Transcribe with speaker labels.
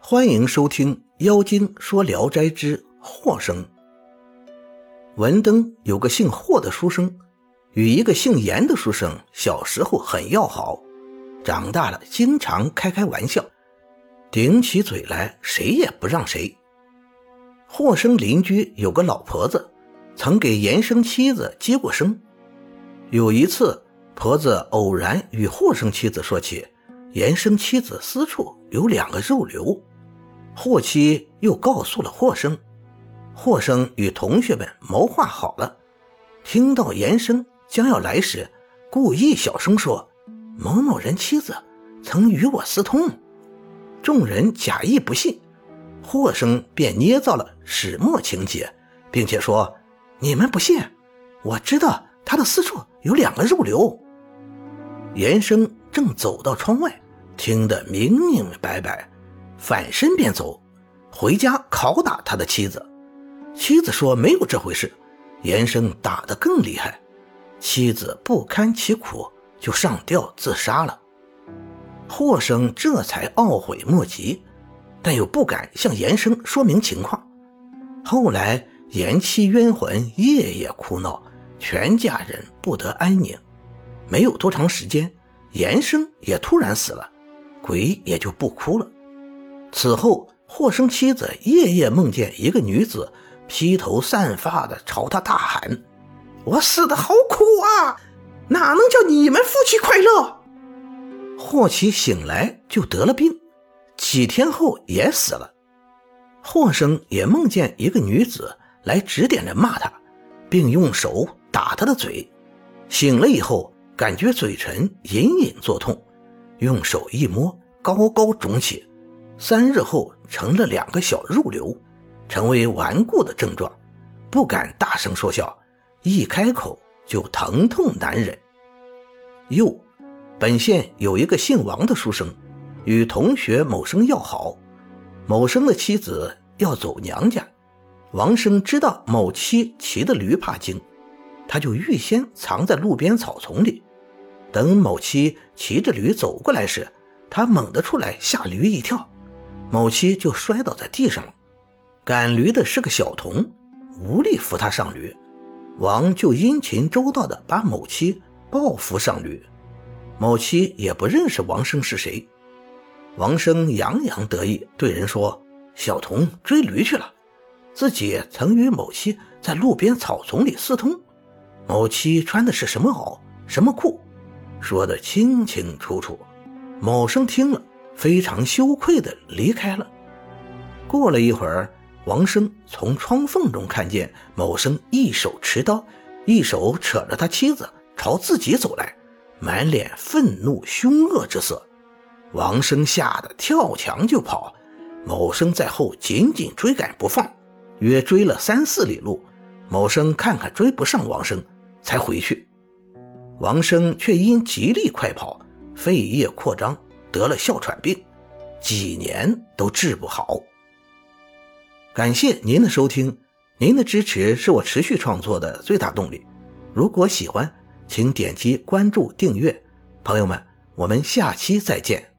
Speaker 1: 欢迎收听《妖精说聊斋之霍生》。文登有个姓霍的书生，与一个姓严的书生小时候很要好，长大了经常开玩笑，顶起嘴来谁也不让谁。霍生邻居有个老婆子，曾给严生妻子接过生。有一次，婆子偶然与霍生妻子说起严生妻子私处有2个肉瘤，霍妻又告诉了霍生。霍生与同学们谋划好了，听到严生将要来时，故意小声说某某人妻子曾与我私通。众人假意不信，霍生便捏造了始末情节，并且说你们不信，我知道他的私处有2个肉瘤。严生正走到窗外，听得明明白白，反身便走，回家拷打他的妻子。妻子说没有这回事，严生打得更厉害，妻子不堪其苦，就上吊自杀了。霍生这才懊悔莫及，但又不敢向严生说明情况。后来严妻冤魂夜夜哭闹，全家人不得安宁。没有多长时间，严生也突然死了，鬼也就不哭了。此后霍生妻子夜夜梦见一个女子披头散发的朝他大喊，我死得好苦啊，哪能叫你们夫妻快乐。霍妻醒来就得了病，几天后也死了。霍生也梦见一个女子来指点着骂他，并用手打他的嘴。醒了以后感觉嘴唇隐隐作痛，用手一摸高高肿起，3日后成了2个小肉瘤，成为顽固的症状，不敢大声说笑，一开口就疼痛难忍。又本县有一个姓王的书生，与同学某生要好，某生的妻子要走娘家，王生知道某妻骑的驴怕惊，他就预先藏在路边草丛里，等某妻骑着驴走过来时，他猛地出来吓驴一跳，某妻就摔倒在地上了。赶驴的是个小童，无力扶他上驴，王就殷勤周到地把某妻抱扶上驴。某妻也不认识王生是谁。王生洋洋得意对人说，小童追驴去了，自己曾与某妻在路边草丛里私通，某妻穿的是什么袄什么裤，说得清清楚楚。某生听了非常羞愧地离开了。过了一会儿，王生从窗缝中看见某生一手持刀，一手扯着他妻子朝自己走来，满脸愤怒凶恶之色。王生吓得跳墙就跑，某生在后紧紧追赶不放，约追了3-4里路，某生看看追不上王生才回去。王生却因极力快跑，肺叶扩张，得了哮喘病，几年都治不好。感谢您的收听，您的支持是我持续创作的最大动力。如果喜欢，请点击关注订阅。朋友们，我们下期再见。